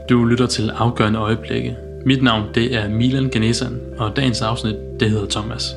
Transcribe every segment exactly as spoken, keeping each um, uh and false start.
Du lytter til Afgørende Øjeblikke. Mit navn det er Milan Ganesan, og dagens afsnit det hedder Thomas.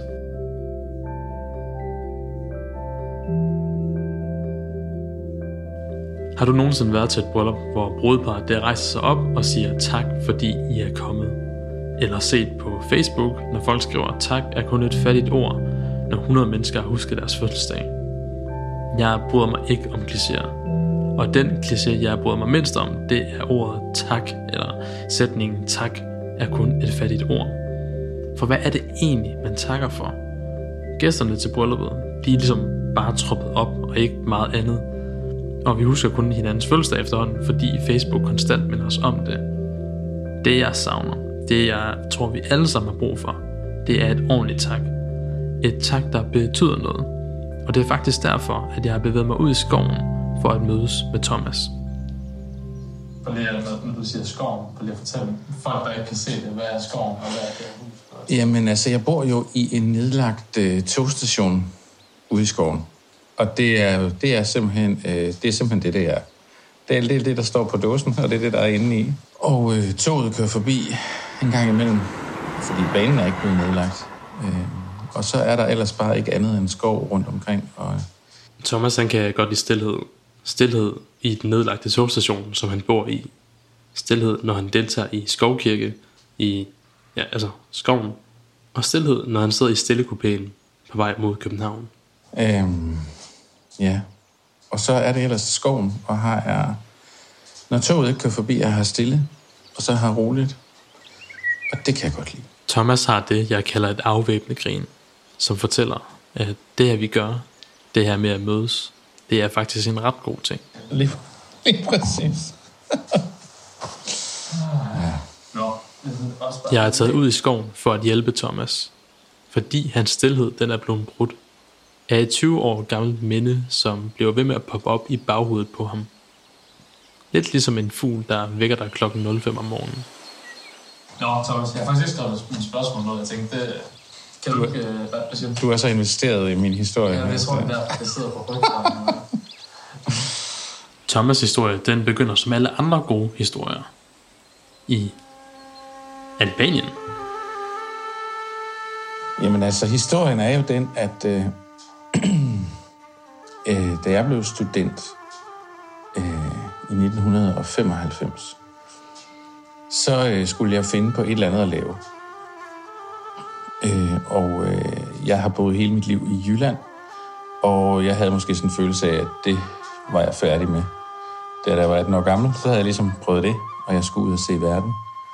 Har du nogensinde været til et bryllup, hvor brudeparret der rejser sig op og siger tak, fordi I er kommet? Eller set på Facebook, når folk skriver tak er kun et fattigt ord, når hundrede mennesker har husket deres fødselsdag. Jeg bryder mig ikke om klichéer. Og den kliché, jeg bryder mig mindst om, det er ordet tak, eller sætningen tak er kun et fattigt ord. For hvad er det egentlig, man takker for? Gæsterne til brylluppet, de er ligesom bare troppet op og ikke meget andet. Og vi husker kun hinandens fødselsdag efterhånden, fordi Facebook konstant minder os om det. Det jeg savner, det jeg tror vi alle sammen har brug for, det er et ordentligt tak. Et tak, der betyder noget. Og det er faktisk derfor, at jeg har bevæget mig ud i skoven for at mødes med Thomas. For lige når du siger skoven, for lige at fortælle folk, der ikke kan se det, hvad er skoven og hvad er det hus? Jamen altså, jeg bor jo i en nedlagt øh, togstation ude i skoven. Og det er, det er simpelthen øh, det er simpelthen det, det er. Det er det, det, der står på dåsen, og det er det, der er inde i. Og øh, toget kører forbi en gang imellem, fordi banen er ikke blevet nedlagt. Øh, og så er der ellers bare ikke andet end skov rundt omkring. Og Thomas han kan godt lide stilhed. Stilhed i den nedlagte togstation, som han bor i. Stilhed, når han deltager i skovkirke i ja, altså skoven. Og stilhed, når han sidder i stillekupéen på vej mod København. Øhm, ja, og så er det ellers skoven, og her er, når toget ikke kører forbi, er her stille, og så har roligt. Og det kan jeg godt lide. Thomas har det, jeg kalder et afvæbnende grin, som fortæller, at det her vi gør, det her med at mødes, det er faktisk en ret god ting. Lige, lige præcis. Ja. Nå, jeg er taget ud i skoven for at hjælpe Thomas, fordi hans stilhed den er blevet brudt af et tyve år gammelt minde, som bliver ved med at poppe op i baghovedet på ham. Lidt ligesom en fugl, der vækker dig klokken nul fem om morgenen. Nå, Thomas, jeg har faktisk ikke skrevet et spørgsmål noget. Jeg tænkte, det kan du ikke... Hvad siger du? Du er så investeret i min historie. Ja, jeg tror, det er der, jeg sidder på ryggen. Thomas' historie, den begynder som alle andre gode historier i Albanien. Jamen altså, historien er jo den, at øh, øh, da jeg blev student øh, i nitten femoghalvfems, så øh, skulle jeg finde på et eller andet at lave. Øh, og øh, jeg har boet hele mit liv i Jylland, og jeg havde måske sådan en følelse af, at det var jeg færdig med. Da jeg var atten år gammel, så havde jeg ligesom prøvet det, og jeg skulle ud og se verden.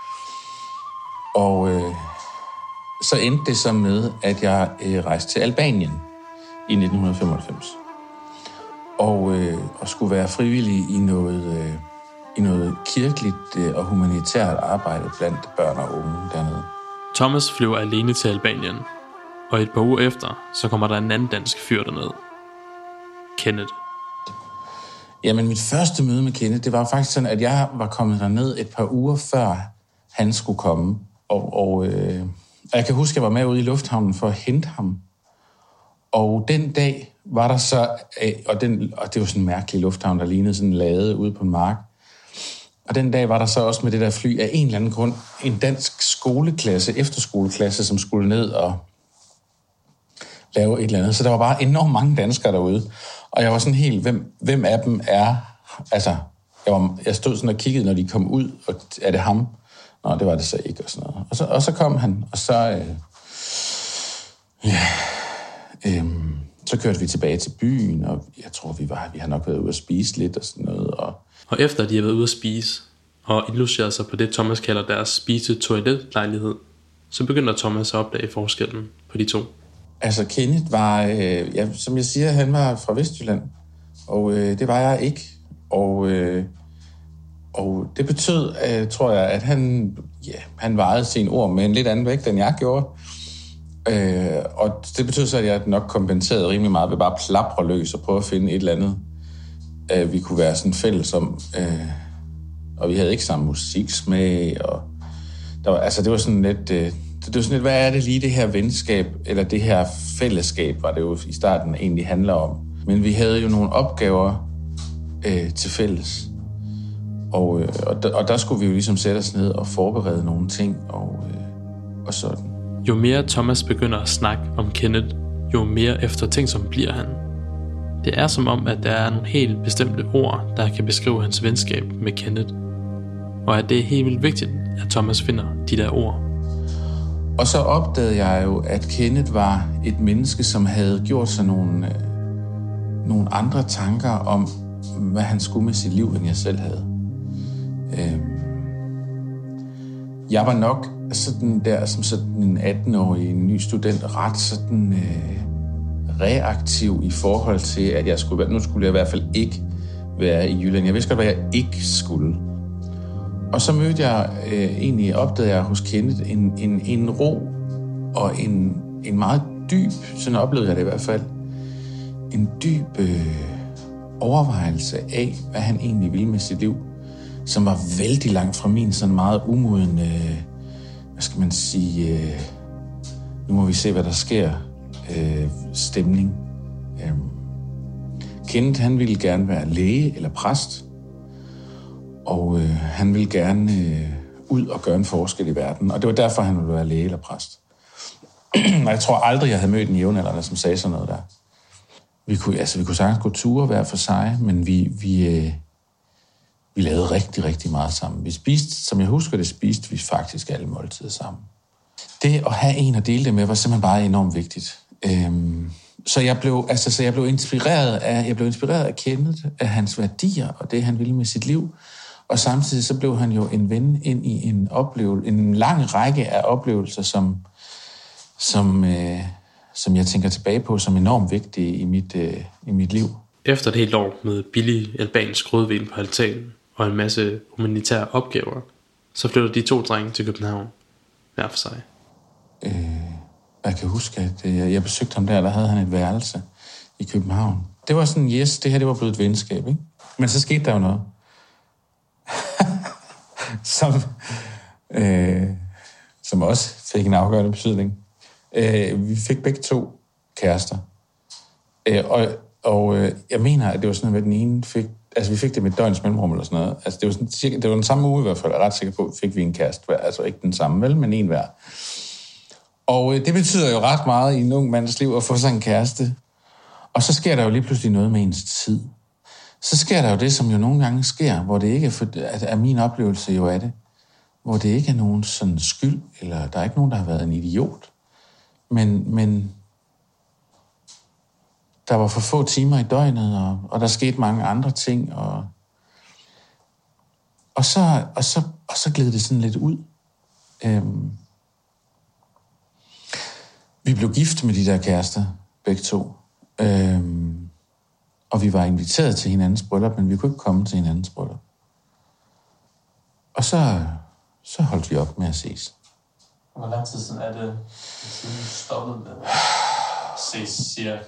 Og øh, så endte det så med, at jeg øh, rejste til Albanien i nitten femoghalvfems. Og, øh, og skulle være frivillig i noget, øh, i noget kirkeligt øh, og humanitært arbejde blandt børn og unge dernede. Thomas flyver alene til Albanien, og et par uger efter, så kommer der en anden dansk fyr derned. Kenneth. Jamen, mit første møde med Kenneth, det var faktisk sådan, at jeg var kommet derned et par uger før han skulle komme. Og, og, øh, og jeg kan huske, at jeg var med ude i lufthavnen for at hente ham. Og den dag var der så, øh, og, den, og det var sådan en mærkelig lufthavn, der lignede sådan en lade ude på en mark. Og den dag var der så også med det der fly af en eller anden grund en dansk skoleklasse, efterskoleklasse, som skulle ned og lave et eller andet. Så der var bare enormt mange danskere derude. Og jeg var sådan helt, hvem, hvem af dem er... Altså, jeg, var, jeg stod sådan og kiggede, når de kom ud, og er det ham? Nå, det var det så ikke, og sådan noget. Og så, og så kom han, og så... Øh, ja, øh, så kørte vi tilbage til byen, og jeg tror, vi var vi har nok været ude at spise lidt og sådan noget, og... Og efter at de har været ude at spise, og indlogeret sig på det, Thomas kalder deres spise-toilet-lejlighed, så begynder Thomas at opdage forskellen på de to. Altså, Kenneth var, øh, ja, som jeg siger, han var fra Vestjylland, og øh, det var jeg ikke. Og, øh, og det betød, øh, tror jeg, at han, ja, han vejede sine ord med en lidt anden vægt, end jeg gjorde. Øh, og det betød så, at jeg nok kompenserede rimelig meget ved bare at plapre løs og prøve at finde et eller andet, øh, vi kunne være sådan fælles om. Øh, og vi havde ikke samme musiksmag, og der var, altså, det var sådan lidt... Øh, det var sådan lidt, hvad er det lige det her venskab, eller det her fællesskab, var det jo i starten egentlig handler om. Men vi havde jo nogle opgaver øh, til fælles. Og, øh, og, der, og der skulle vi jo ligesom sætte os ned og forberede nogle ting og, øh, og sådan. Jo mere Thomas begynder at snakke om Kenneth, jo mere eftertænksom bliver han. Det er som om, at der er nogle helt bestemte ord, der kan beskrive hans venskab med Kenneth. Og at det er helt vildt vigtigt, at Thomas finder de der ord. Og så opdagede jeg jo, at Kenneth var et menneske, som havde gjort sig nogle, øh, nogle andre tanker om, hvad han skulle med sit liv, end jeg selv havde. Øh, jeg var nok sådan der, som sådan en atten-årig ny student, ret sådan øh, reaktiv i forhold til, at jeg skulle være, nu skulle jeg i hvert fald ikke være i Jylland. Jeg vidste godt, hvad jeg ikke skulle. Og så mødte jeg, øh, egentlig opdagede jeg hos Kenneth en, en, en ro og en, en meget dyb, sådan oplevede jeg det i hvert fald, en dyb øh, overvejelse af, hvad han egentlig ville med sit liv, som var vældig langt fra min sådan meget umoden, øh, hvad skal man sige, øh, nu må vi se, hvad der sker, øh, stemning. Øh. Kenneth, han ville gerne være læge eller præst, og øh, han ville gerne øh, ud og gøre en forskel i verden, og det var derfor, han ville være læge eller præst. Og jeg tror aldrig, jeg havde mødt en jævnaldrende, som sagde sådan noget der. Vi kunne, altså, vi kunne sagtens gå ture hver for sig, men vi, vi, øh, vi lavede rigtig, rigtig meget sammen. Vi spiste, som jeg husker det, spiste vi faktisk alle måltider sammen. Det at have en at dele det med, var simpelthen bare enormt vigtigt. Øhm, så, jeg blev, altså, så jeg blev inspireret af, jeg blev inspireret af Kenneth, af hans værdier og det, han ville med sit liv. Og samtidig så blev han jo en ven ind i en oplevelse, en lang række af oplevelser, som, som, øh, som jeg tænker tilbage på som enormt vigtige i mit, øh, i mit liv. Efter et helt år med billig albansk rødvin på altanen og en masse humanitære opgaver, så flytter de to drenge til København, hver for sig. Øh, jeg kan huske, at øh, jeg besøgte ham der, der havde han et værelse i København. Det var sådan, yes, det her det var blevet et venskab, ikke? Men så skete der jo noget. som, øh, som også fik en afgørende betydning. Øh, vi fik begge to kærester. Øh, og og øh, jeg mener, at det var sådan, at den ene fik... Altså, vi fik det med et døgns mellemrum eller sådan noget. Altså, det var, sådan, cirka, det var den samme uge i hvert fald, jeg er ret sikker på, fik vi en kæreste hver. Altså, ikke den samme, vel, men en hver. Og øh, det betyder jo ret meget i en ung mands liv at få sådan en kæreste. Og så sker der jo lige pludselig noget med ens tid. Så sker der jo det, som jo nogle gange sker, hvor det ikke er, for, at, at min oplevelse jo er det, hvor det ikke er nogen sådan skyld, eller der er ikke nogen, der har været en idiot. Men, men der var for få timer i døgnet, og, og der skete mange andre ting, og, og, så, og, så, og så gled det sådan lidt ud. Øhm, vi blev gift med de der kærester, begge to. Øhm, og vi var inviteret til hinandens bryllup, men vi kunne ikke komme til hinandens bryllup. Og så, så holdt vi op med at ses. Hvor lang tid siden er det, siden du stoppede med at ses cirka?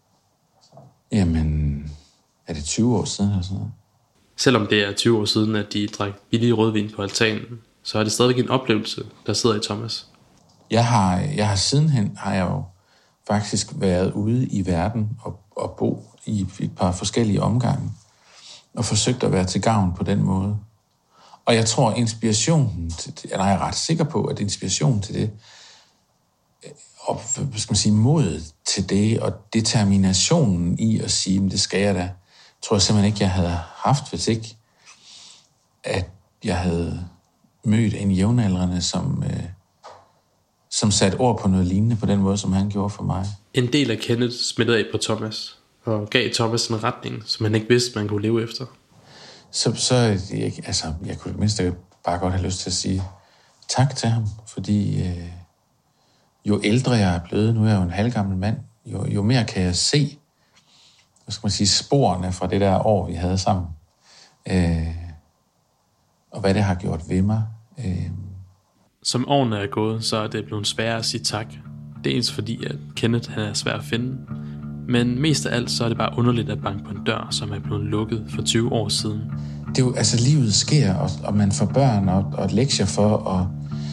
Jamen, er det tyve år siden eller sådan noget? Selvom det er tyve år siden, at de drak billig rødvin på altanen, så er det stadigvæk en oplevelse, der sidder i Thomas. Jeg har, jeg har sidenhen har jeg jo faktisk været ude i verden og, og bo i et par forskellige omgange og forsøgt at være til gavn på den måde. Og jeg tror, inspirationen til det, eller jeg er ret sikker på, at inspirationen til det, og hvad skal man sige, modet til det, og determinationen i at sige, det skal jeg da, tror jeg simpelthen ikke, jeg havde haft, hvis ikke, at jeg havde mødt en jævnaldrende, som, øh, som satte ord på noget lignende på den måde, som han gjorde for mig. En del af Kenneth smittede af på Thomas, og gav Thomas en retning, som han ikke vidste, man kunne leve efter. Så, så jeg, altså, jeg kunne mindst bare godt have lyst til at sige tak til ham, fordi øh, jo ældre jeg er blevet, nu er jeg jo en halvgammel mand, jo, jo mere kan jeg se, hvad skal man sige, sporene fra det der år, vi havde sammen. Øh, og hvad det har gjort ved mig. Øh. Som årene er gået, så er det blevet sværere at sige tak. Dels fordi, at Kenneth han er svær at finde, men mest af alt så er det bare underligt at banke på en dør, som er blevet lukket for tyve år siden. Det er jo, altså livet sker, og, og man får børn og, og lektier for, og,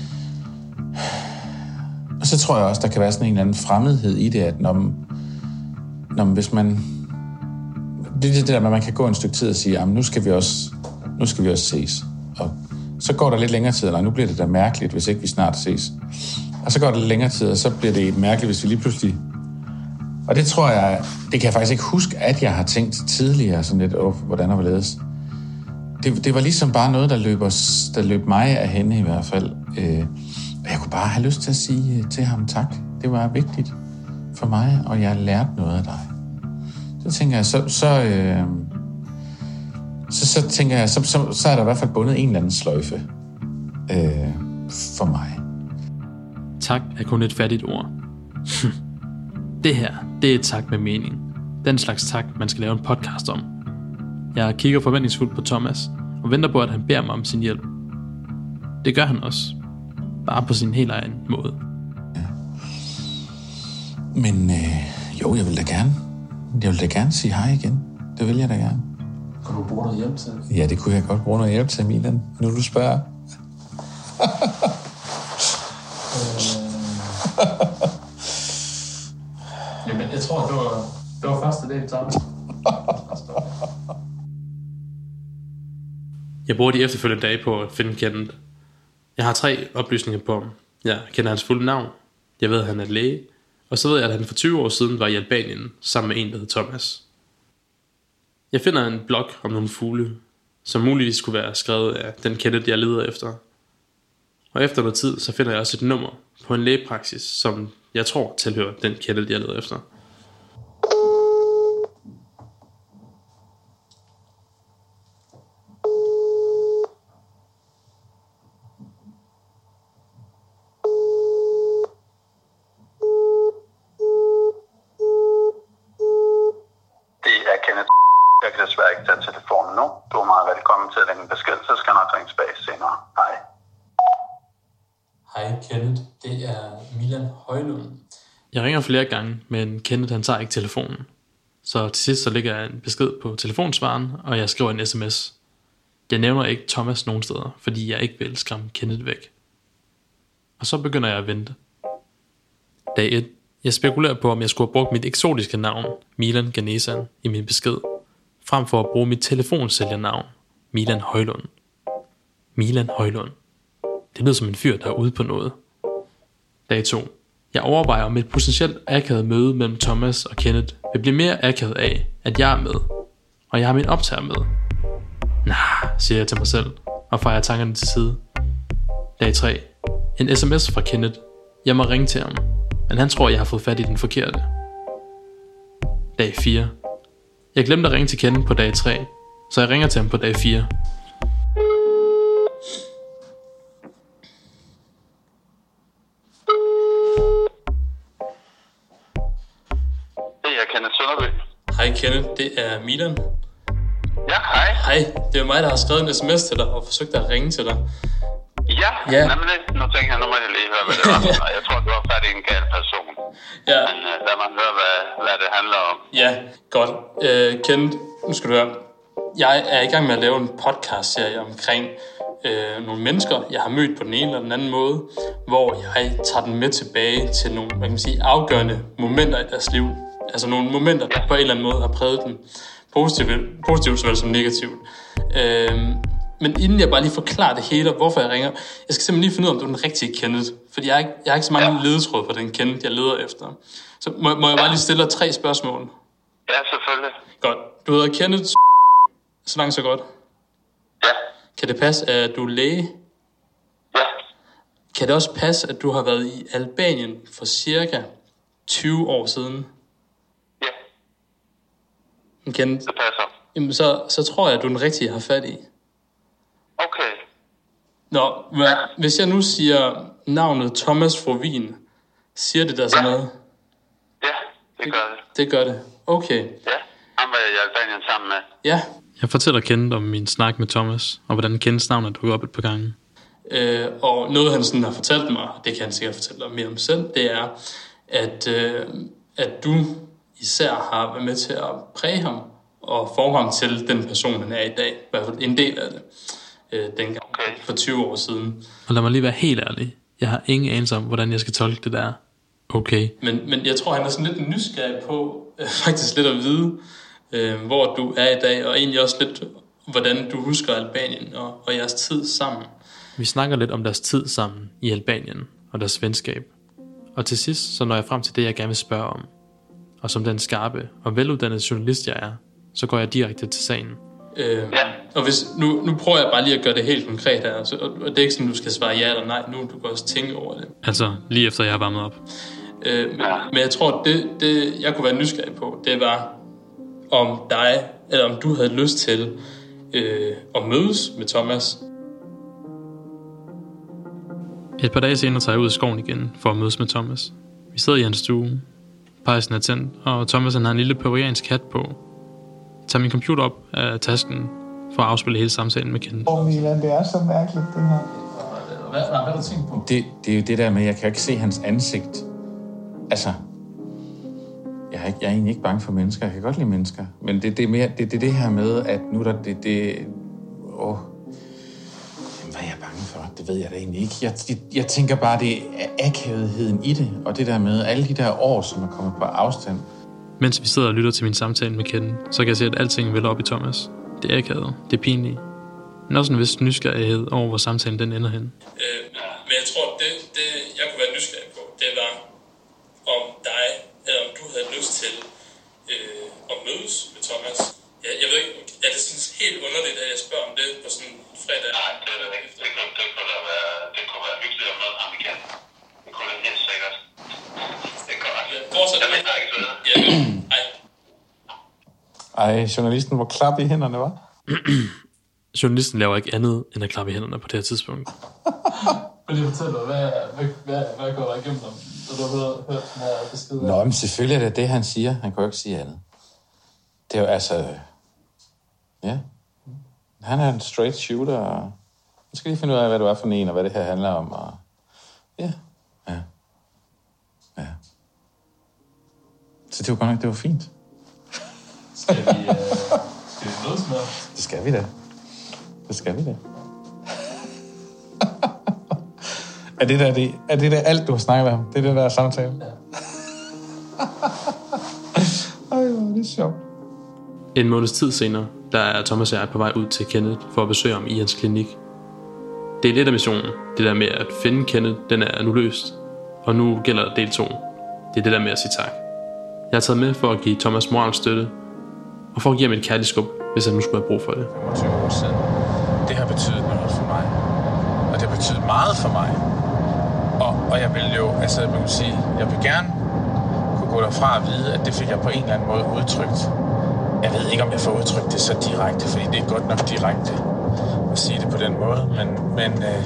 og så tror jeg også, der kan være sådan en eller anden fremmedhed i det, at når, når hvis man, det er det der med, at man kan gå en stykke tid og sige, jamen nu skal vi også nu skal vi også ses. Og så går der lidt længere tid, eller nu bliver det da mærkeligt, hvis ikke vi snart ses. Og så går det lidt længere tid, og så bliver det mærkeligt, hvis vi lige pludselig... Og det tror jeg, det kan jeg faktisk ikke huske, at jeg har tænkt tidligere, sådan lidt, oh, hvordan og hvorledes. Det, det var ligesom bare noget, der løb, os, der løb mig af hende i hvert fald. Øh, og jeg kunne bare have lyst til at sige til ham tak. Det var vigtigt for mig, og jeg lærte noget af dig. Så tænker jeg, så, så, øh, så, så tænker jeg, så, så, så er der i hvert fald bundet en eller anden sløjfe øh, for mig. Tak er kun et fattigt ord. Det her, det er tak med mening. Den slags tak, man skal lave en podcast om. Jeg kigger forventningsfuldt på Thomas og venter på, at han beder mig om sin hjælp. Det gør han også. Bare på sin helt egen måde. Ja. Men øh, jo, jeg vil da gerne. Jeg vil da gerne sige hej igen. Det vil jeg da gerne. Kan du bruge noget hjælp til? Ja, det kunne jeg godt bruge noget hjælp til, Milan. Nu du spørger. Jamen, jeg tror, det var, det var første del, Thomas. Jeg bruger de efterfølgende dage på at finde Kenneth. Jeg har tre oplysninger på ham. Jeg kender hans fulde navn. Jeg ved, at han er læge. Og så ved jeg, at han for tyve år siden var i Albanien sammen med en, der hed Thomas. Jeg finder en blog om nogle fugle, som muligvis skulle være skrevet af den Kenneth, jeg leder efter. Og efter noget tid, så finder jeg også et nummer på en lægepraksis, som jeg tror tilhører den Kenneth, jeg leder efter. Jeg kan desværre ikke tage telefonen nu. Du er meget velkommen til at lægge en besked, så skal jeg nok ringe tilbage senere. Hej. Hej Kenneth, det er Milan Højlund. Jeg ringer flere gange, men Kenneth han tager ikke telefonen. Så til sidst så lægger jeg en besked på telefonsvaren, og jeg skriver en sms. Jeg nævner ikke Thomas nogen steder, fordi jeg ikke vil skræmme Kenneth væk. Og så begynder jeg at vente. Dag et. Jeg spekulerer på, om jeg skulle have brugt mit eksotiske navn, Milan Ganesan, i min besked, frem for at bruge mit telefonsælgernavn, Milan Højlund. Milan Højlund. Det lyder som en fyr, der er ude på noget. Dag to. Jeg overvejer, om et potentielt akavet møde mellem Thomas og Kenneth vil blive mere akavet af, at jeg er med, og jeg har min optager med. Nah, siger jeg til mig selv, og fejrer tankerne til side. Dag tre. En sms fra Kenneth. Jeg må ringe til ham, men han tror, jeg har fået fat i den forkerte. Dag fire. Jeg glemte at ringe til Kenneth på dag tre, så jeg ringer til ham på dag fire. Det er Kenneth Sønderby. Hej Kenneth, det er Milan. Ja, hej. Hej, det er mig, der har skrevet en sms til dig og forsøgt at ringe til dig. Ja, ja. Nemlig. Nu tænker jeg, nu må jeg lige høre, hvad det var. Jeg tror, du har fat i en gal person. Ja. Men uh, lad mig høre, hvad, hvad det handler om. Ja, godt. Øh, Kenneth, nu skal du høre. Jeg er i gang med at lave en podcast-serie omkring øh, nogle mennesker, jeg har mødt på den ene eller den anden måde, hvor jeg tager den med tilbage til nogle, hvad kan man sige, afgørende momenter i deres liv. Altså nogle momenter, der på en eller anden måde har præget dem. Positivt, positivt såvel som negativt. Øh, Men inden jeg bare lige forklarer det hele, hvorfor jeg ringer, jeg skal simpelthen lige finde ud af, om du er den rigtige Kenneth. Fordi jeg har ikke, jeg har ikke så mange ja. ledetråd på den Kenneth, jeg leder efter. Så må, må jeg bare lige stille dig tre spørgsmål? Ja, selvfølgelig. Godt. Du hedder Kenneth. Så langt så godt. Ja. Kan det passe, at du er læge? Ja. Kan det også passe, at du har været i Albanien for cirka tyve år siden? Ja. Kenneth, det passer. Jamen så, så tror jeg, at du er den rigtige, jeg har fat i. Okay. Nå, hvad, hvis jeg nu siger navnet Thomas Frovin, siger det der så noget? Ja, det gør det. Det gør det. Okay. Ja, han var jeg i Albanien sammen med. Ja. Jeg fortæller Kenneth om min snak med Thomas, og hvordan Kenneths navn er dukket op et par gange. Øh, og noget han sådan har fortalt mig, det kan han sikkert fortælle dig mere om selv, det er, at, øh, at du især har været med til at præge ham, og forme ham til den person, han er i dag. I hvert fald en del af det. Dengang okay. For tyve år siden. Og lad mig lige være helt ærlig. Jeg har ingen anelse om, hvordan jeg skal tolke det der. Okay. Men, men jeg tror, han er sådan lidt nysgerrig på, øh, faktisk lidt at vide, øh, hvor du er i dag, og egentlig også lidt hvordan du husker Albanien og, og jeres tid sammen. Vi snakker lidt om deres tid sammen i Albanien og deres venskab. Og til sidst så når jeg frem til det, jeg gerne vil spørge om. Og som den skarpe og veluddannede journalist, jeg er, så går jeg direkte til sagen. Øh, ja. Og hvis, nu, nu prøver jeg bare lige at gøre det helt konkret her, så, og, og det er ikke sådan, du skal svare ja eller nej nu, du kan også tænke over det. Altså lige efter jeg har varmet op. Øh, men, men jeg tror, det, det jeg kunne være nysgerrig på, det var om dig, eller om du havde lyst til øh, at mødes med Thomas. Et par dage senere tager jeg ud i skoven igen for at mødes med Thomas. Vi sidder i hans stue, pejsen er tændt, og Thomas han har en lille peruansk hat på. Jeg tager min computer op af tasken for at afspille hele samtalen med Kenneth. Åh, Milan, det er så mærkeligt, det her. Hvad, hvad har du tænkt på? Det, det er jo det der med, at jeg kan ikke se hans ansigt. Altså, jeg er, ikke, jeg er egentlig ikke bange for mennesker. Jeg kan godt lide mennesker. Men det, det er mere det, det, det her med, at nu der det... det åh, jamen, hvad er jeg bange for? Det ved jeg da egentlig ikke. Jeg, jeg, jeg tænker bare, det er akavetheden i det. Og det der med alle de der år, som er kommet på afstand. Mens vi sidder og lytter til min samtale med Kenneth, så kan jeg se, at alting vælger op i Thomas. Det er akavet. Det er pinligt. Men også en vis nysgerrighed over, hvor samtalen den ender hen. Øh, men jeg tror, det, det jeg kunne være nysgerrig på, det var om dig, eller om du havde lyst til øh, at mødes med Thomas. Jeg, jeg ved ikke, er det sådan helt underligt, at jeg spørger om det på sådan en fredag? Nej, det er det ikke. Det kunne, det kunne, da være, det kunne være hyggeligt at møde ham igen. Det kunne det helt sikkert. Det er godt. Ja, fortsæt. Jeg vil ikke videre. Ja, ej. Ej, journalisten må klappe i hænderne, hva'? Journalisten laver ikke andet end at klappe i hænderne på det her tidspunkt. Vil lige fortælle mig, hvad, hvad, hvad, hvad går der igennem dem, når du har hørt den her besked? Nå, men selvfølgelig er det det, han siger. Han kan jo ikke sige andet. Det er jo altså... Ja. Han er en straight shooter, og... Nu skal lige finde ud af, hvad det var for en, og hvad det her handler om, og... Ja. Ja. Ja. Så det var godt nok, det var fint. Skal vi, øh, skal vi mødes med? Det skal vi da. Det skal vi da. er, det der, det, er det der alt, du har snakket om? Det er det der samtale? Ja. Ej, det er sjovt. En måneds tid senere, der er Thomas og jeg på vej ud til Kenneth for at besøge ham i hans klinik. Det er lidt af missionen. Det der med at finde Kenneth, den er nu løst. Og nu gælder der del to. Det er det der med at sige tak. Jeg har taget med for at give Thomas moral støtte, og for at give ham et kærligt skub, hvis han nu skulle have brug for det. femogtyve år siden. Det har betydet noget for mig. Og det har betydet meget for mig. Og, og jeg vil jo, altså jeg vil sige, jeg vil gerne kunne gå derfra og vide, at det fik jeg på en eller anden måde udtrykt. Jeg ved ikke, om jeg får udtrykt det så direkte, fordi det er godt nok direkte at sige det på den måde, men... men øh...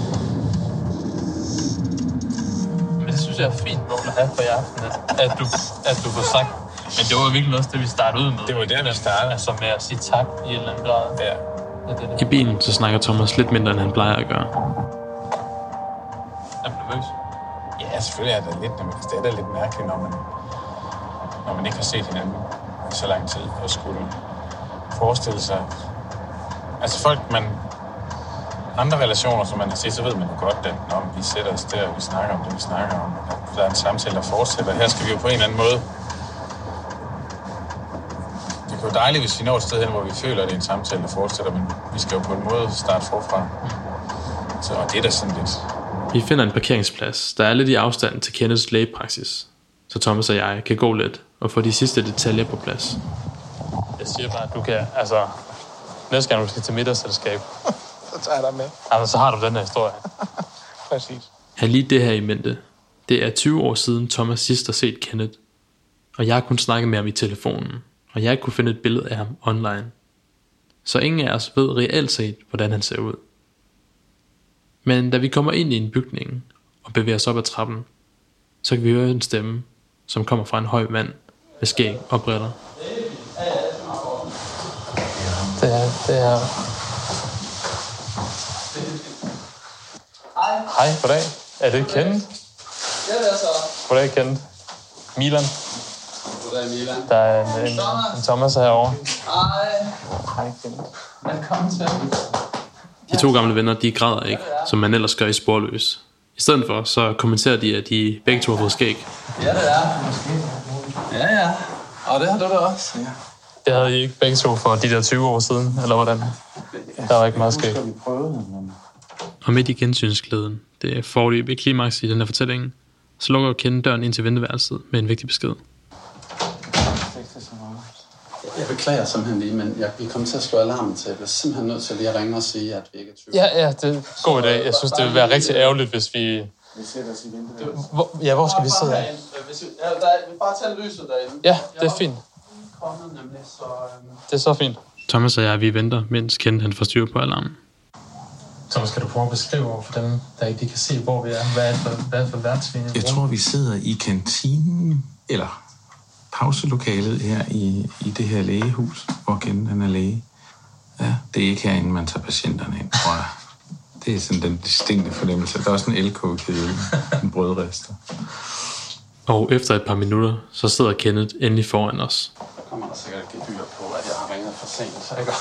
Men det synes jeg er fint mål at have for i aften, at du, at du får sagt. Men det var virkelig også det, vi startede ud med. Det var det, vi startede. Altså med at sige tak i en eller anden grad. Ja. Det, det. I bilen så snakker Thomas lidt mindre, end han plejer at gøre. Er du nervøs? Ja, selvfølgelig er det lidt, det er da lidt mærkeligt, når man, når man ikke har set hinanden i så lang tid, og skulle forestille sig... Altså folk, man... Andre relationer, som man har set, så ved man jo godt, at når vi sætter os der, og vi snakker om det, vi snakker om, at der er en samtale, der fortsætter. Her skal vi jo på en eller anden måde... Det er jo dejligt, hvis vi når et sted hen, hvor vi føler, at det er en samtale, der fortsætter, men vi skal jo på en måde starte forfra. Så, og det er da sådan lidt... Vi finder en parkeringsplads, der er lidt i afstand til Kenneths lægepraksis, så Thomas og jeg kan gå lidt og få de sidste detaljer på plads. Jeg siger bare, at du kan, altså... Næste gang, du skal til middagsselskab, Så tager jeg dig med. altså, så har du den her historie. Præcis. Han lige det her i mente. Det er tyve år siden Thomas sidst har set Kenneth, og jeg har kun snakket med ham i telefonen, og jeg kunne finde et billede af ham online. Så ingen af os ved reelt set, hvordan han ser ud. Men da vi kommer ind i en bygning og bevæger os op ad trappen, så kan vi høre en stemme, som kommer fra en høj mand med skæg og briller. Det er, det er... Hej. Hej, goddag. Er det Kenneth? Ja, det er så. Goddag, Kenneth. Milan. Goddag, Milan. Der er en, en, en Thomas herovre. Hej. Hej, Kenneth. Velkommen til. De to gamle venner, de græder ikke, som man ellers gør i Sporløs. I stedet for, så kommenterer de, at de begge to har fået skæg. Ja, det er. Ja, ja. Og det har du da også. Ja. Det havde I ikke begge to for de der tyve år siden, eller hvordan? Der var ikke meget skægt. Og midt i gensynsglæden, det er forløbig klimaks i den her fortælling, så lukker Ken døren ind til venteværelset med en vigtig besked. Jeg beklager simpelthen lige, men jeg, vi kommer til at slå alarmen til. Jeg bliver simpelthen nødt til lige at ringe og sige, at vi ikke er tyve. Ja, ja, det er en god idé. Jeg synes, det ville være rigtig ærgerligt, hvis vi... Vi sætter os i venteværelset. Hvor, ja, hvor skal vi sidde af? Ja, der er, vi bare tager lyset derinde. Ja, det er fint. Kommet nemlig, så... Øhm... Det er så fint. Thomas og jeg, vi venter, mens Ken han får styr på alarmen. Thomas, skal du prøve at beskrive over for dem, der ikke kan se, hvor vi er? Hvad er det for, hvad er det for værtsvinde? Jeg tror, vi sidder i kantinen, eller pauselokalet her i, i det her lægehus, hvor Ken han er læge. Ja, det er ikke herinde, man tager patienterne ind, tror jeg. Det er sådan den distinkte fornemmelse. Der er også en L K-kæde, en brødrester. Og efter et par minutter, så sidder Kenneth endelig foran os. Der kommer der sikkert et gebyr på, at jeg har ringet for sent, så jeg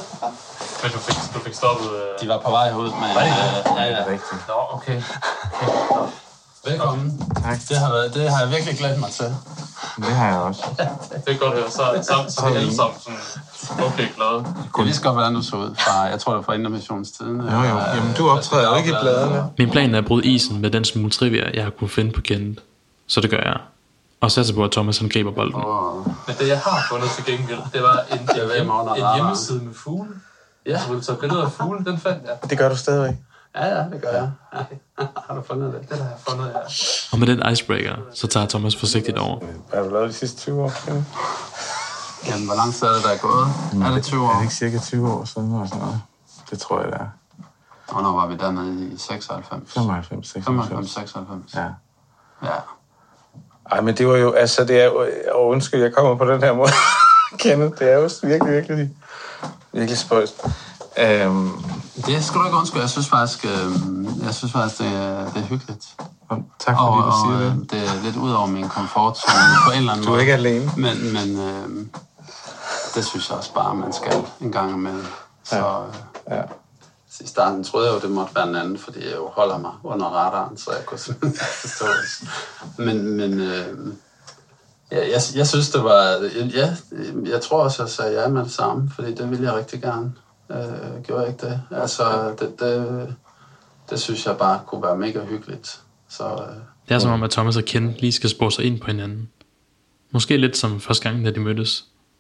Men du fik, du fik stoppet... Øh... De var på vej ud, men... Var det øh, ja, ja. Rigtigt. Nå, okay. okay. Velkommen. Tak. Det har, været, det har jeg virkelig glædet mig til. Det har jeg også. Det er godt at høre. Så, så, så er vi alle sammen sådan okay glade. Jeg vidste godt, hvordan du så ud fra... Jeg tror, det var fra Indremissionstiden. Jo, jo. Jamen, du optræder jo ikke i bladene. Min plan er at bryde isen med den smule trivia, jeg har kunnet finde på Kenneth. Så det gør jeg. Og satser på, at Thomas han griber bolden. Oh. Men det, jeg har fundet til gengæld, det var en, en, hjem, en hjemmeside med fugle. Ja. Så ville du tage billeder af fugle, den fandt jeg. Det gør du stadigvæk. Ja, ja, det gør jeg. Ja. Har du fundet det? Det har jeg fundet, ja. Og med den icebreaker, så tager Thomas forsigtigt over. Hvad har du lavet de sidste tyve år? Jamen, hvor lang tid er det, der er gået? Mm, er det tyve år? Er det ikke cirka tyve år siden, eller sådan noget? Det tror jeg, det er. Hvornår var vi dernede i seksoghalvfems? femoghalvfems, seksoghalvfems. femoghalvfems, seksoghalvfems. Ja. Ja. Ej, men det var jo, altså, det er jo, og undskyld, jeg kommer på den her måde, Kenneth, det er jo virkelig, virkelig, virkelig spøjst. Um, det skal du ikke undskylde. Jeg synes faktisk, øh, jeg synes faktisk det, er, det er hyggeligt. Og tak fordi og, du siger og, det. Det er lidt ud over min komfort, så på en eller anden Du er måde. ikke alene. Men, men øh, det synes jeg også bare, man skal en gang imellem. Så ja. Ja. I starten troede jeg jo, det måtte være en anden, fordi jeg jo holder mig under radaren, så jeg kunne simpelthen forstå det. Men, men øh, ja, jeg, jeg synes, det var... Ja, jeg tror også, jeg sagde ja med det samme, fordi det ville jeg rigtig gerne. Øh, gjorde jeg ikke det? Altså, det, det, det synes jeg bare kunne være mega hyggeligt. Så, øh, det er som om, at Thomas og Ken lige skal spore sig ind på hinanden. Måske lidt som første gang, da de mødtes.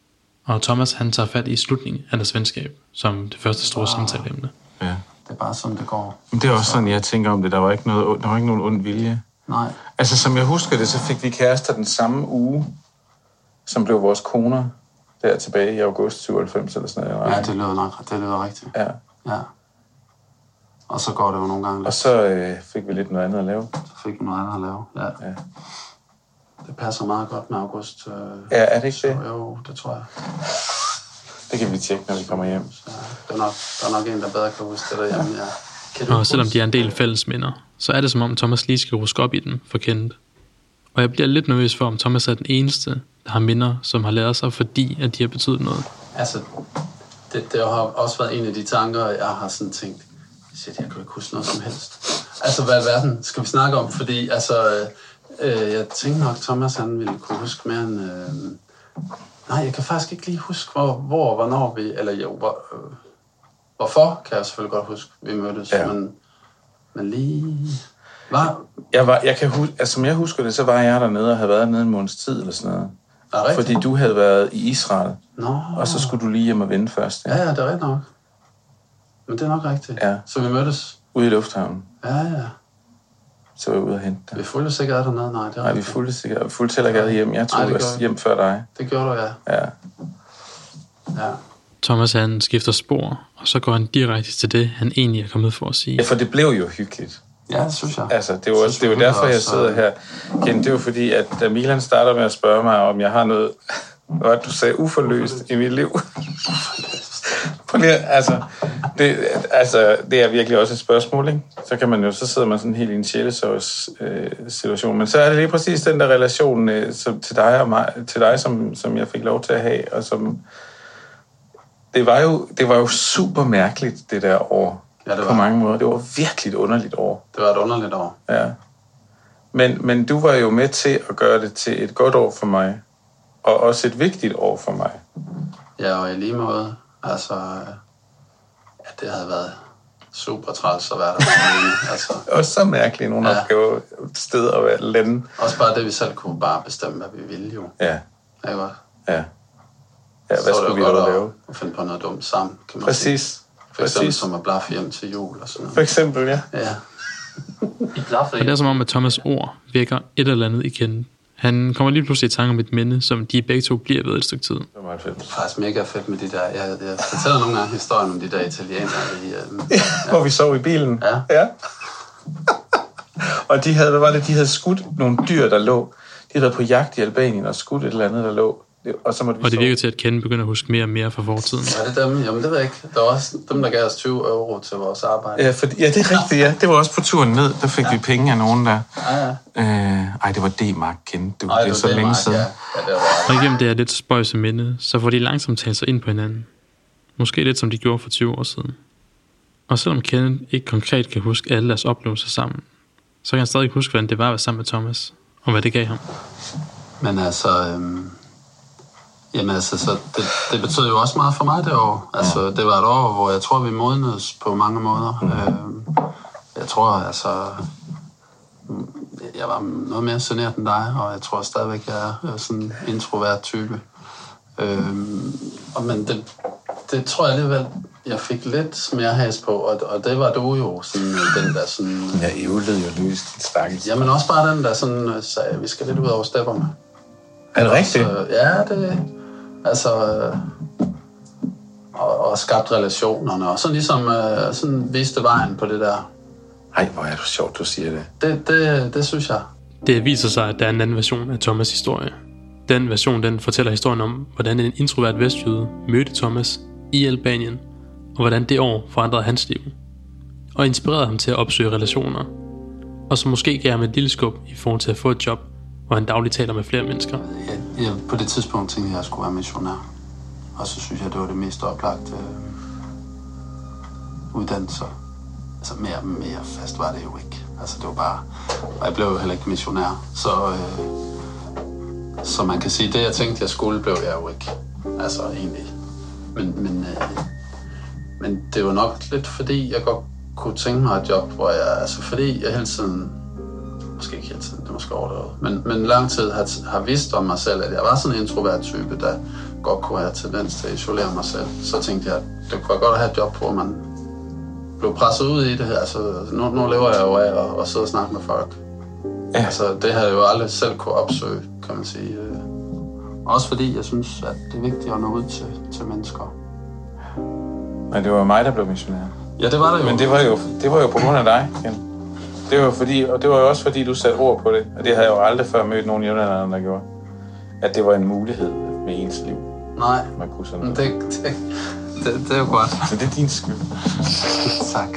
Og Thomas, han tager fat i slutningen af deres venskab, som det første store samtaleemne. Ja. Det er bare sådan, det går. Men det er også sådan, jeg tænker om det. Der var ikke, noget, der var ikke nogen ond vilje. Nej. Altså, som jeg husker det, så fik vi kærester den samme uge, som blev vores koner der tilbage i august syvoghalvfems eller sådan noget. Ja, det lyder nok. Det lyder rigtigt. Ja. Ja. Og så går det jo nogle gange lidt. Og så øh, fik vi lidt noget andet at lave. Så fik vi noget andet at lave, ja. Ja. Det passer meget godt med august. Øh, ja, er det ikke så, det? Jo, det tror jeg. Det kan vi tjekke, når vi kommer hjem. Så, der, er nok, der er nok en, der bedre kan huske det derhjemme, ja. Og selvom de er en del fælles minder, så er det som om Thomas lige skal ruske op i den for Kenneth. Og jeg bliver lidt nervøs for, om Thomas er den eneste, der har minder, som har lært sig, fordi at de har betydet noget. Altså, det, det har også været en af de tanker, jeg har sådan tænkt, shit, jeg kan ikke huske noget som helst. Altså, hvad i verden skal vi snakke om? Fordi, altså, øh, jeg tænkte nok, Thomas, han ville kunne huske mere end... Øh, nej, jeg kan faktisk ikke lige huske, hvor, hvor hvornår vi... Eller jo, hvor, øh, hvorfor kan jeg selvfølgelig godt huske, vi mødtes, ja. men, men lige... Var, jeg var, jeg kan huske, altså, som jeg husker det, så var jeg dernede og havde været nede en måneds tid eller sådan noget. Fordi du havde været i Israel, Nå. og så skulle du lige hjem og vende først. Ja, ja, det er rigtigt nok. Men det er nok rigtigt. Ja. Så vi mødtes? Ude i lufthavnen. Ja, ja. Så var jeg ude og hente dig. Vi fulgte sikkert dernede, nej, det er Nej, rigtigt. vi fulgte sikkert. Vi fulgte heller ikke hjem. Jeg tog os hjem før dig. Det gjorde du, ja. Ja. Ja. Thomas, han skifter spor, og så går han direkte til det, han egentlig er kommet for at sige. Ja, for det blev jo hyggeligt. Ja, det synes jeg. Altså, det er jo, også, det er jo derfor, jeg sidder her. Ken, det er jo fordi, at da Milan starter med at spørge mig, om jeg har noget, hvad du sagde, uforløst i mit liv. Prøv lige, altså, det, altså, det er virkelig også et spørgsmål, ikke? Så kan man jo, så sidder man sådan helt i en sjælesøvs øh, situation. Men så er det lige præcis den der relation øh, som, til dig og mig, til dig, som, som jeg fik lov til at have, og som, det var jo, det var jo super mærkeligt, det der år. Ja, det var. På mange måder. Det var virkelig et underligt år. Det var et underligt år. Ja. Men, men du var jo med til at gøre det til et godt år for mig. Og også et vigtigt år for mig. Ja, og i lige måde, altså, ja, det havde været super træls at være der. Altså, også så mærkeligt, nogle ja. opgaver steder at være lande. Også bare det, vi selv kunne bare bestemme, hvad vi ville jo. Ja. Ikke også? Ja. Ja, hvad så skulle vi dog lave? At finde på noget dumt sammen, kan man Præcis. sige. For eksempel Præcis. som at blaffe hjem til jul og sådan noget. For eksempel, ja. Ja. I blaffer, og det er som om, at Thomas' ord vækker et eller andet i Kenneth. Han kommer lige pludselig i tanke om et minde, som de begge to bliver ved et stykke tid. Det var meget fedt. Det er faktisk mega fedt med de der... Jeg, jeg fortæller nogle gange historien om de der italienere. I, um, ja, ja. Hvor vi sov i bilen. Ja. ja. Og de havde, hvad var det, de havde skudt nogle dyr, der lå. De havde været på jagt i Albanien og skudt et eller andet, der lå. Og, så måtte vi og det sove. virker til, at Kenneth begynder at huske mere og mere fra fortiden. Var det dem? Jamen det ved jeg ikke. Der var også dem, der gav os tyve euro til vores arbejde. Ja, for, ja, det er rigtigt, ja. Det var også på turen ned. Der fik ja. vi penge af nogen, der... Ja, ja. Øh, ej, det var D-mark, Kenneth. Det, Ej, det er så længe siden. Ja. Ja, det var... Og igennem det her lidt spøjse minde, så får de langsomt talt sig ind på hinanden. Måske lidt som de gjorde for tyve år siden. Og selvom Kenneth ikke konkret kan huske alle deres oplevelser sammen, så kan han stadig huske, hvordan det var at være sammen med Thomas, og hvad det gav ham. Men altså... Øhm... Jamen altså, så det, det betød jo også meget for mig det år. Altså, ja. Det var et år, hvor jeg tror, vi modnedes på mange måder. Mm. Øh, jeg tror, altså... Jeg var noget mere genert end dig, og jeg tror stadigvæk, jeg er sådan en introvert type. Øh, og men det, det tror jeg alligevel, jeg fik lidt mere has på, og, og det var du jo, sådan den der sådan... Jeg ævlede jo løs, din stakkels. Jamen også bare den der sådan, sagde, vi skal lidt ud over stepperne. Er det rigtigt? Så, ja, det... Altså, øh, og, og skabt relationerne, og sådan ligesom øh, sådan viste vejen på det der. Ej, hvor er du sjovt, du siger det. Det, det, det synes jeg. Det viser sig, at der er en anden version af Thomas' historie. Den version, den fortæller historien om, hvordan en introvert vestjyde mødte Thomas i Albanien, og hvordan det år forandrede hans liv, og inspirerede ham til at opsøge relationer, og som måske gav ham et lille skub i forhold til at få et job, hvor han dagligt taler med flere mennesker. Jeg, jeg, på det tidspunkt tænkte jeg, at jeg skulle være missionær. Og så synes jeg, det var det mest oplagte øh, uddannelser. Altså mere mere fast var det jo ikke. Altså det var bare... Og jeg blev jo heller ikke missionær. Så, øh, så man kan sige, det jeg tænkte, jeg skulle, blev jeg jo ikke. Altså egentlig. Men, men, øh, men det var nok lidt fordi, jeg godt kunne tænke mig et job, hvor jeg... Altså fordi jeg hele tiden... Måske ikke hele tiden, det er måske overdrevet. Men, men lang tid har, har vidst om mig selv, at jeg var sådan en introvert type, der godt kunne have tendens til at isolere mig selv. Så tænkte jeg, at det kunne være godt at have et job, hvor man blev presset ud i det her. Altså, nu, nu lever jeg jo af at, at sidde og snakke med folk. Ja. Altså, det har jeg jo aldrig selv kunne opsøge, kan man sige. Også fordi jeg synes, at det er vigtigt at nå ud til, til mennesker. Men det var mig, der blev missionær. Ja, det var det jo. Men det var jo, det var jo på grund af dig, Ken. Det var fordi, og det var jo også fordi, du satte ord på det. Og det havde jeg jo aldrig før mødt nogen jævnaldrende, der gjorde. At det var en mulighed med ens liv. Nej, man kunne sådan det, det, det, det er jo godt. Så det er din skyld. Tak.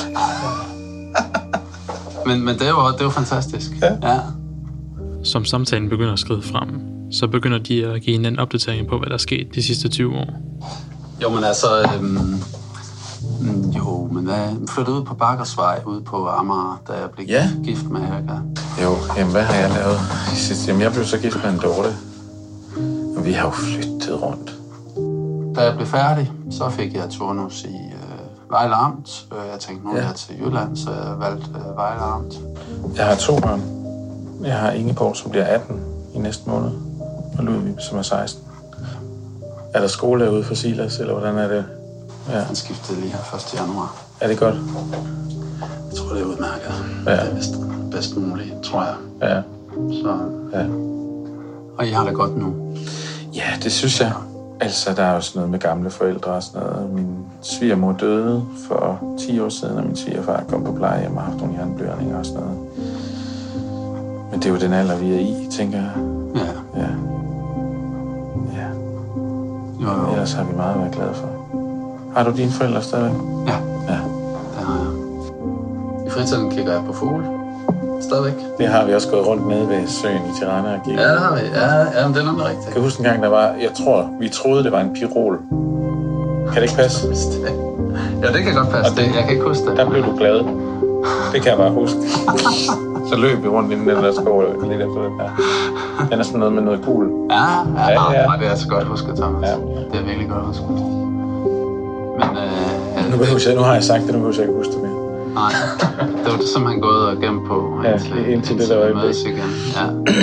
men, men det er jo, det er jo fantastisk. Ja. Ja. Som samtalen begynder at skride frem, så begynder de at give hinanden opdatering på, hvad der er sket de sidste tyve år. Jo, men altså... Øhm Jo, men jeg flyttede ud på Bakkersvej, ude på Amager, da jeg blev ja. gift med Erika. Jo, jamen hvad har jeg lavet? Jamen jeg blev så gift med en Dorte. Og vi har jo flyttet rundt. Da jeg blev færdig, så fik jeg turnus i øh, Vejle Amt. Jeg tænkte, nu er jeg til Jylland, så jeg valgte øh, Vejle Amt. Jeg har to børn. Jeg har Ingeborg, som bliver atten i næste måned, og Ludvig, som er seksten. Er der skole derude for Silas, eller hvordan er det? Ja. Han skiftede lige her første januar. Er det godt? Jeg tror, det er udmærket. Ja. Det er bedst, bedst muligt, tror jeg. Ja. Så... Ja. Og I har det godt nu? Ja, det synes jeg. Altså, der er jo sådan noget med gamle forældre og sådan noget. Min svigermor døde for ti år siden, og min svigerfar kom på plejehjem og har haft nogle hjerneblødninger og sådan noget. Men det er jo den alder, vi er i, tænker jeg. Ja. Ja. Ja. Jo, jo. Ellers har vi meget at være glade for. Har du dine forældre stadigvæk? Ja. Ja. Det har jeg. I fritiden kigger jeg på fugle. Stadigvæk. Det har vi også gået rundt nede ved søen i Tirana og kigget. Ja, det har vi. Ja, ja, men det er nemlig rigtigt. Kan du huske en gang, der var, jeg tror, vi troede, det var en pirol. Kan det ikke passe? Ja, det kan godt passe. Det, jeg kan ikke huske det. Der blev du glad. Det kan jeg bare huske. Så løb vi rundt inden den der skov lidt efter den her. Den er sådan noget med noget gul. Ja, ja, ja, ja. ja. Det er altså godt husket, Thomas. Ja. Det er virkelig godt husket. Men øh, nu, jeg, nu har jeg sagt det, nu behøver jeg ikke huske det mere. Nej, det var det simpelthen gået og gemt på. Ja, indtil, indtil det der øjeblik. Igen. Ja.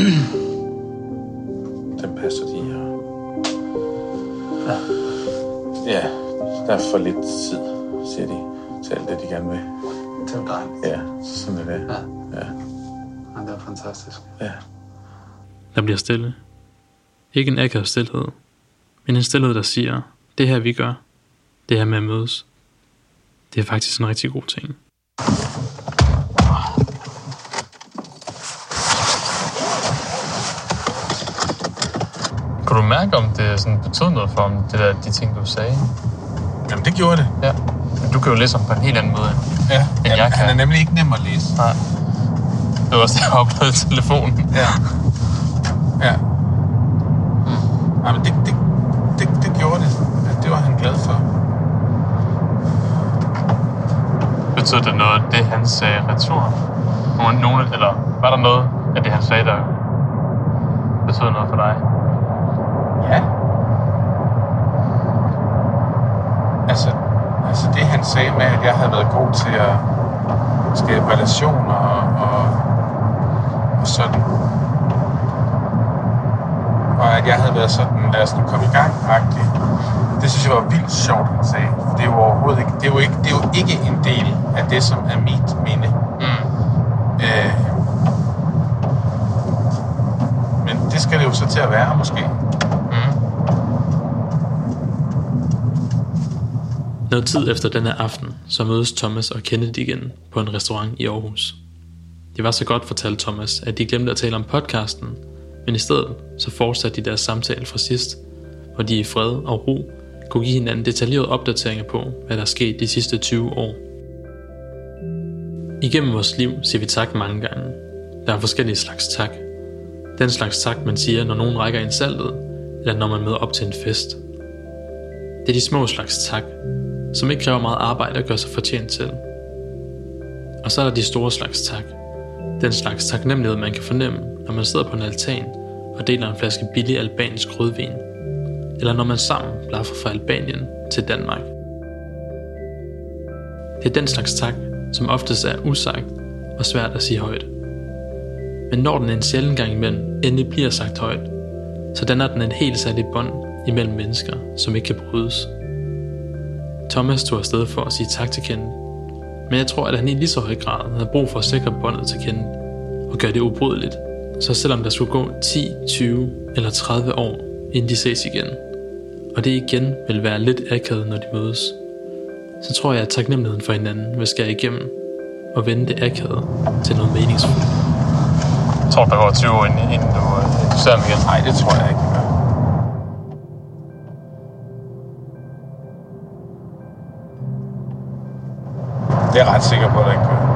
Den passer de her. Ja. Ja, der er for lidt tid, siger de, til alt det, de gerne vil. Det er dejligt. Ja, sådan er det. Ja. Ja. Ja, det er fantastisk. Ja. Der bliver stille. Ikke en akavet stilhed, men en stilhed, der siger, det her vi gør, det her med at mødes, det er faktisk en rigtig god ting. Kunne du mærke, om det sådan betød noget for ham, det der, de ting, du sagde? Jamen, det gjorde det. Ja. Du kan jo læse ham på en helt anden måde, Ja, end jamen, jeg kan. han er nemlig ikke nem at læse. Nej. Det var også det, jeg oplevede i telefonen. Ja. Ja. Mm. Jamen, det, det, det, det gjorde det. Det var han glad for. Betød det noget, det han sagde retur? Nogle, nogle, eller var der noget af det, han sagde, der betød noget for dig? Ja. Altså, altså det han sagde med, at jeg havde været god til at skabe relationer og, og, og sådan. Og at jeg havde været sådan, lad os nu komme i gang-agtig. Det synes jeg var vildt sjovt, han sagde. Det er jo overhovedet ikke, det er jo ikke, det er jo ikke en del af det, som er mit minde. Mm. Øh, men det skal det jo så til at være, måske. Noget tid efter denne aften, så mødes Thomas og Kenneth igen på en restaurant i Aarhus. Det var så godt, fortalte Thomas, at de glemte at tale om podcasten, men i stedet så fortsatte de deres samtale fra sidst, hvor de i fred og ro kunne give hinanden detaljerede opdateringer på, hvad der er sket de sidste tyve år. Igennem vores liv siger vi tak mange gange. Der er forskellige slags tak. Den slags tak, man siger, når nogen rækker en saltet, eller når man møder op til en fest. Det er de små slags tak, som ikke kræver meget arbejde at gøre sig fortjent til. Og så er der de store slags tak. Den slags taknemmelighed, man kan fornemme, når man sidder på en altan og deler en flaske billig albansk rødvin. Eller når man sammen blaffer fra Albanien til Danmark. Det er den slags tak, som oftest er usagt og svært at sige højt. Men når den en sjælden gang imellem endelig bliver sagt højt, så danner den en helt særlig bånd imellem mennesker, som ikke kan brydes. Thomas tog afsted for at sige tak til Kenneth, men jeg tror, at han i lige så høj grad havde brug for at sikre båndet til Kenneth og gøre det ubrydeligt. Så selvom der skulle gå ti, tyve eller tredive år, inden de ses igen, og det igen vil være lidt akavet, når de mødes, så tror jeg, at taknemmeligheden for hinanden vil skære igennem og vende det akavet til noget meningsfuldt. Jeg tror, der går tyve år, inden, inden du, du ser ham igen. Nej, det tror jeg ikke. Det er jeg ret sikker på, at der ikke gør.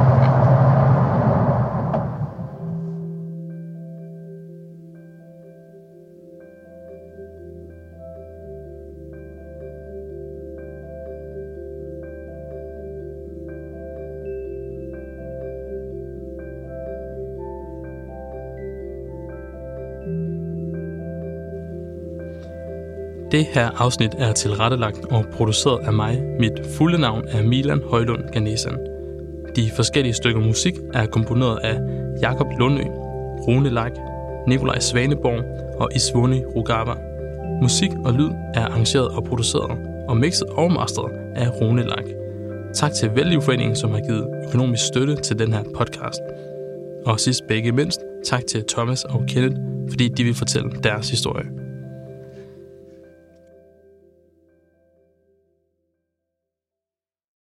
Det her afsnit er tilrettelagt og produceret af mig. Mit fulde navn er Milan Højlund Ganesan. De forskellige stykker musik er komponeret af Jakob Lundø, Rune Lak, Nikolaj Svaneborg og Isvoni Rugava. Musik og lyd er arrangeret og produceret og mixet og masteret af Rune Lak. Tak til Vellivforeningen, som har givet økonomisk støtte til den her podcast. Og sidst begge mindst, tak til Thomas og Kenneth, fordi de vil fortælle deres historie.